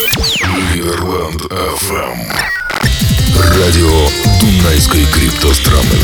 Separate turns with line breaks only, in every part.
Либерленд FM. Радио Дунайской криптостраны.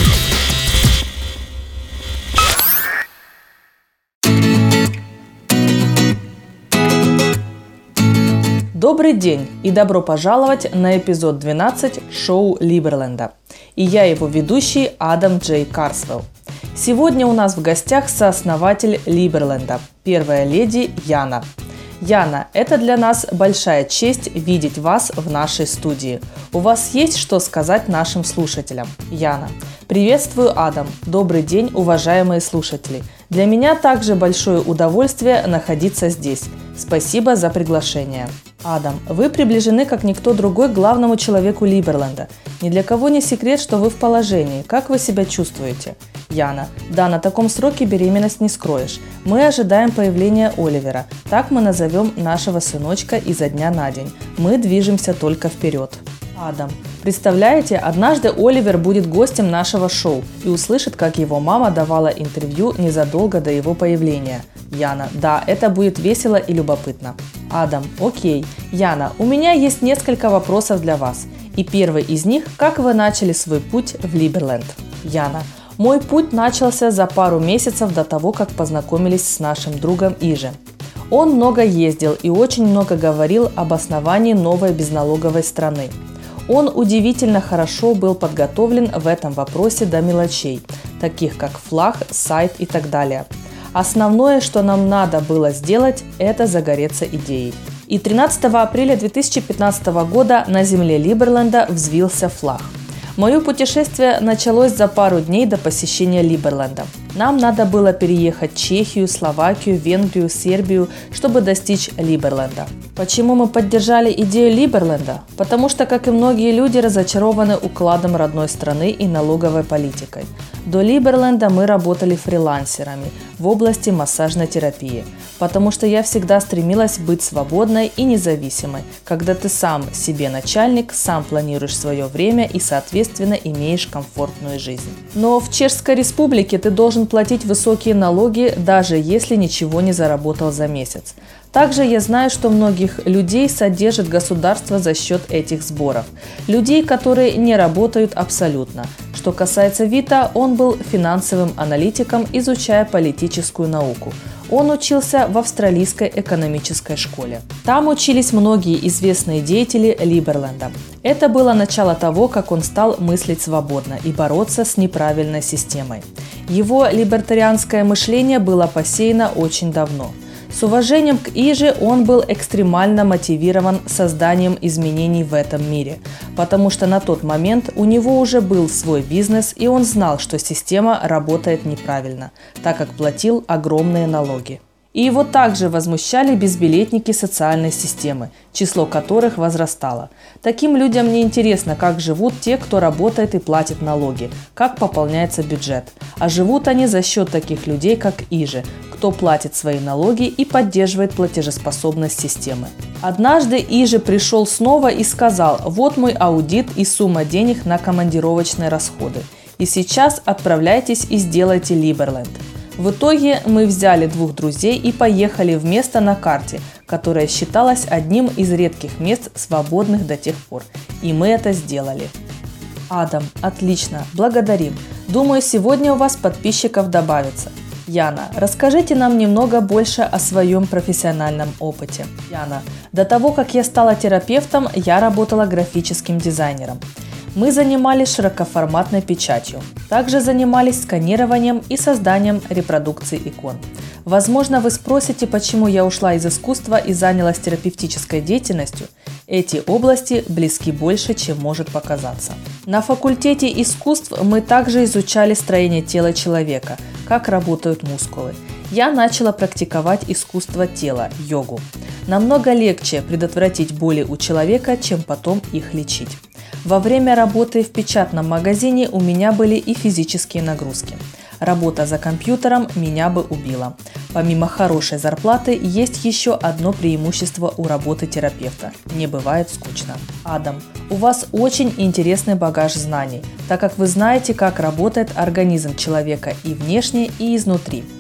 Добрый день и добро пожаловать на эпизод 12 шоу Либерленда. И я его ведущий Адам Джей Карсвелл. Сегодня у нас в гостях сооснователь Либерленда, первая леди Яна. Яна, это для нас большая честь видеть вас в нашей студии. У вас есть что сказать нашим слушателям? Яна. Приветствую, Адам. Добрый день, уважаемые слушатели. Для меня также большое удовольствие находиться здесь. Спасибо за приглашение. Адам, вы приближены как никто другой к главному человеку Либерленда. Ни для кого не секрет, что вы в положении. Как вы себя чувствуете? Яна. Да, на таком сроке беременность не скроешь. Мы ожидаем появления Оливера. Так мы назовем нашего сыночка изо дня на день. Мы движемся только вперед. Адам. Представляете, однажды Оливер будет гостем нашего шоу и услышит, как его мама давала интервью незадолго до его появления. Яна. Да, это будет весело и любопытно. Адам. Окей. Яна, у меня есть несколько вопросов для вас. И первый из них, как вы начали свой путь в Либерленд? Яна. Мой путь начался за пару месяцев до того, как познакомились с нашим другом Иже. Он много ездил и очень много говорил об основании новой безналоговой страны. Он удивительно хорошо был подготовлен в этом вопросе до мелочей, таких как флаг, сайт и так далее. Основное, что нам надо было сделать, это загореться идеей. И 13 апреля 2015 года на земле Либерленда взвился флаг. Мое путешествие началось за пару дней до посещения Либерленда. Нам надо было переехать в Чехию, Словакию, Венгрию, Сербию, чтобы достичь Либерленда. Почему мы поддержали идею Либерленда? Потому что, как и многие люди, разочарованы укладом родной страны и налоговой политикой. До Либерленда мы работали фрилансерами в области массажной терапии, потому что я всегда стремилась быть свободной и независимой, когда ты сам себе начальник, сам планируешь свое время и, соответственно, имеешь комфортную жизнь. Но в Чешской Республике ты должен платить высокие налоги, даже если ничего не заработал за месяц. Также я знаю, что многих людей содержит государство за счет этих сборов. Людей, которые не работают абсолютно. Что касается Вита, он был финансовым аналитиком, изучая политическую науку. Он учился в австралийской экономической школе. Там учились многие известные деятели Либерленда. Это было начало того, как он стал мыслить свободно и бороться с неправильной системой. Его либертарианское мышление было посеяно очень давно. С уважением к Иже он был экстремально мотивирован созданием изменений в этом мире, потому что на тот момент у него уже был свой бизнес, и он знал, что система работает неправильно, так как платил огромные налоги. И его также возмущали безбилетники социальной системы, число которых возрастало. Таким людям не интересно, как живут те, кто работает и платит налоги, как пополняется бюджет. А живут они за счет таких людей, как Иже, кто платит свои налоги и поддерживает платежеспособность системы. Однажды Иже пришел снова и сказал: «Вот мой аудит и сумма денег на командировочные расходы. И сейчас отправляйтесь и сделайте Либерленд». В итоге мы взяли двух друзей и поехали в место на карте, которое считалось одним из редких мест, свободных до тех пор. И мы это сделали. Адам, отлично, благодарим. Думаю, сегодня у вас подписчиков добавится. Яна, расскажите нам немного больше о своем профессиональном опыте. Яна, до того, как я стала терапевтом, я работала графическим дизайнером. Мы занимались широкоформатной печатью. Также занимались сканированием и созданием репродукций икон. Возможно, вы спросите, почему я ушла из искусства и занялась терапевтической деятельностью. Эти области близки больше, чем может показаться. На факультете искусств мы также изучали строение тела человека, как работают мускулы. Я начала практиковать искусство тела, йогу. Намного легче предотвратить боли у человека, чем потом их лечить. Во время работы в печатном магазине у меня были и физические нагрузки. Работа за компьютером меня бы убила. Помимо хорошей зарплаты, есть еще одно преимущество у работы терапевта – не бывает скучно. Адам, у вас очень интересный багаж знаний, так как вы знаете, как работает организм человека и внешне, и изнутри.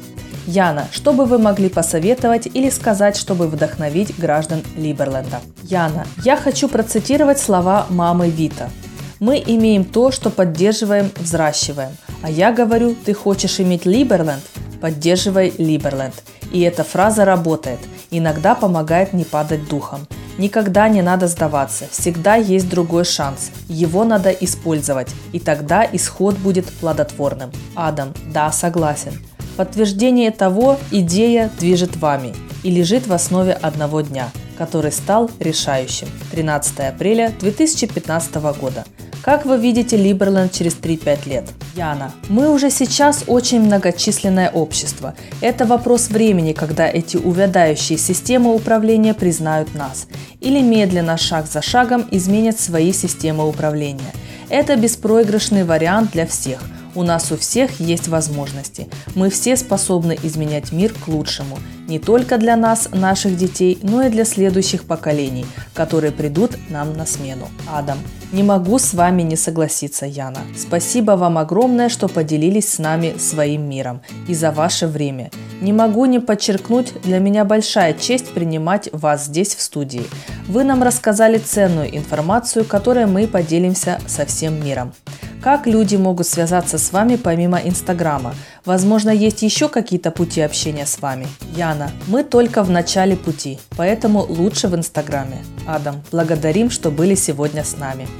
Яна, что бы вы могли посоветовать или сказать, чтобы вдохновить граждан Либерленда? Яна, я хочу процитировать слова мамы Вита. Мы имеем то, что поддерживаем, взращиваем. А я говорю, ты хочешь иметь Либерленд? Поддерживай Либерленд. И эта фраза работает. Иногда помогает не падать духом. Никогда не надо сдаваться. Всегда есть другой шанс. Его надо использовать. И тогда исход будет плодотворным. Адам, да, согласен. Подтверждение того, идея движет вами и лежит в основе одного дня, который стал решающим. 13 апреля 2015 года. Как вы видите Либерленд через 3-5 лет? Яна, мы уже сейчас очень многочисленное общество. Это вопрос времени, когда эти увядающие системы управления признают нас. Или медленно, шаг за шагом, изменят свои системы управления. Это беспроигрышный вариант для всех. У нас у всех есть возможности. Мы все способны изменять мир к лучшему. Не только для нас, наших детей, но и для следующих поколений, которые придут нам на смену. Адам. Не могу с вами не согласиться, Яна. Спасибо вам огромное, что поделились с нами своим миром и за ваше время. Не могу не подчеркнуть, для меня большая честь принимать вас здесь в студии. Вы нам рассказали ценную информацию, которой мы поделимся со всем миром. Как люди могут связаться с вами помимо Инстаграма? Возможно, есть еще какие-то пути общения с вами? Яна, мы только в начале пути, поэтому лучше в Инстаграме. Адам, благодарим, что были сегодня с нами.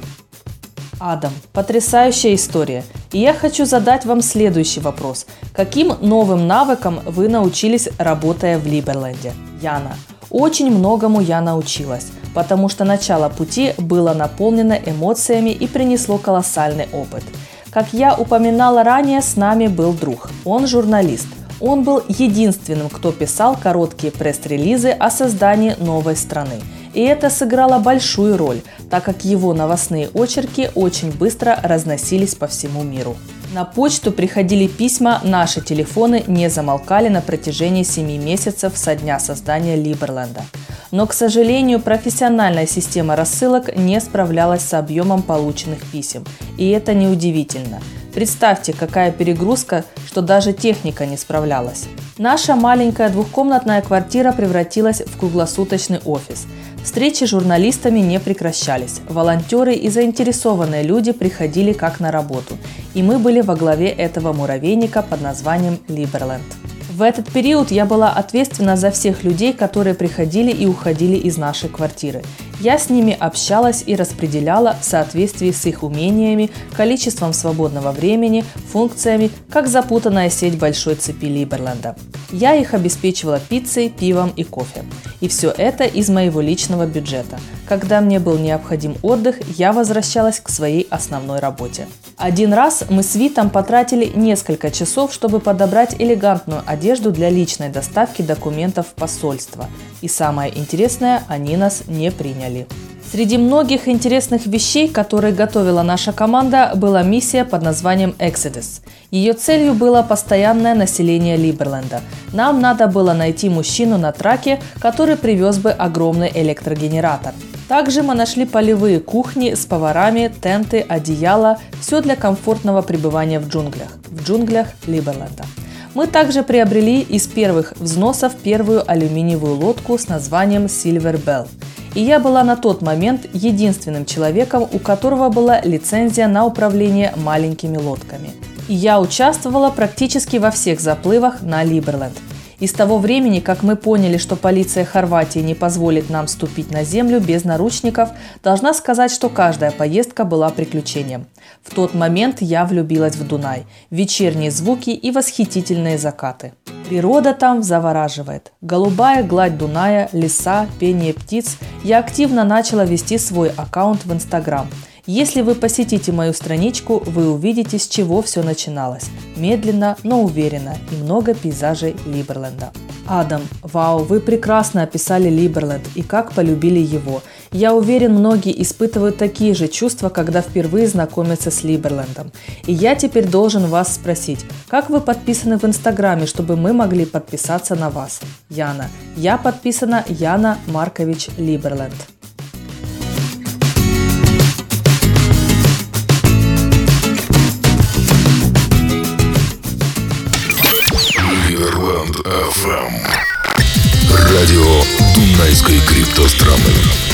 Адам, потрясающая история. И я хочу задать вам следующий вопрос. Каким новым навыкам вы научились, работая в Либерленде? Яна, очень многому я научилась, потому что начало пути было наполнено эмоциями и принесло колоссальный опыт. Как я упоминала ранее, с нами был друг. Он журналист. Он был единственным, кто писал короткие пресс-релизы о создании новой страны. И это сыграло большую роль, так как его новостные очерки очень быстро разносились по всему миру. На почту приходили письма, наши телефоны не замолкали на протяжении 7 месяцев со дня создания Либерленда. Но, к сожалению, профессиональная система рассылок не справлялась с объемом полученных писем. И это неудивительно. Представьте, какая перегрузка, что даже техника не справлялась. Наша маленькая двухкомнатная квартира превратилась в круглосуточный офис. Встречи с журналистами не прекращались. Волонтеры и заинтересованные люди приходили как на работу. И мы были во главе этого муравейника под названием Либерленд. В этот период я была ответственна за всех людей, которые приходили и уходили из нашей квартиры. Я с ними общалась и распределяла в соответствии с их умениями, количеством свободного времени, функциями, как запутанная сеть большой цепи Либерленда. Я их обеспечивала пиццей, пивом и кофе. И все это из моего личного бюджета. Когда мне был необходим отдых, я возвращалась к своей основной работе. Один раз мы с Витом потратили несколько часов, чтобы подобрать элегантную одежду для личной доставки документов в посольство. И самое интересное, они нас не приняли. Среди многих интересных вещей, которые готовила наша команда, была миссия под названием Exodus. Ее целью было постоянное население Либерленда. Нам надо было найти мужчину на траке, который привез бы огромный электрогенератор. Также мы нашли полевые кухни с поварами, тенты, одеяла, все для комфортного пребывания в джунглях Либерленда. Мы также приобрели из первых взносов первую алюминиевую лодку с названием Silver Bell. И я была на тот момент единственным человеком, у которого была лицензия на управление маленькими лодками. И я участвовала практически во всех заплывах на Либерленд. И с того времени, как мы поняли, что полиция Хорватии не позволит нам ступить на землю без наручников, должна сказать, что каждая поездка была приключением. В тот момент я влюбилась в Дунай, вечерние звуки и восхитительные закаты. Природа там завораживает. Голубая гладь Дуная, леса, пение птиц. Я активно начала вести свой аккаунт в Инстаграм. Если вы посетите мою страничку, вы увидите, с чего все начиналось. Медленно, но уверенно и много пейзажей Либерленда. Адам, вау, вы прекрасно описали Либерленд и как полюбили его. Я уверен, многие испытывают такие же чувства, когда впервые знакомятся с Либерлендом. И я теперь должен вас спросить, как вы подписаны в Инстаграме, чтобы мы могли подписаться на вас? Яна. Я подписана Яна Маркович Либерленд.
Либерленд Радио Дунайской криптостраны.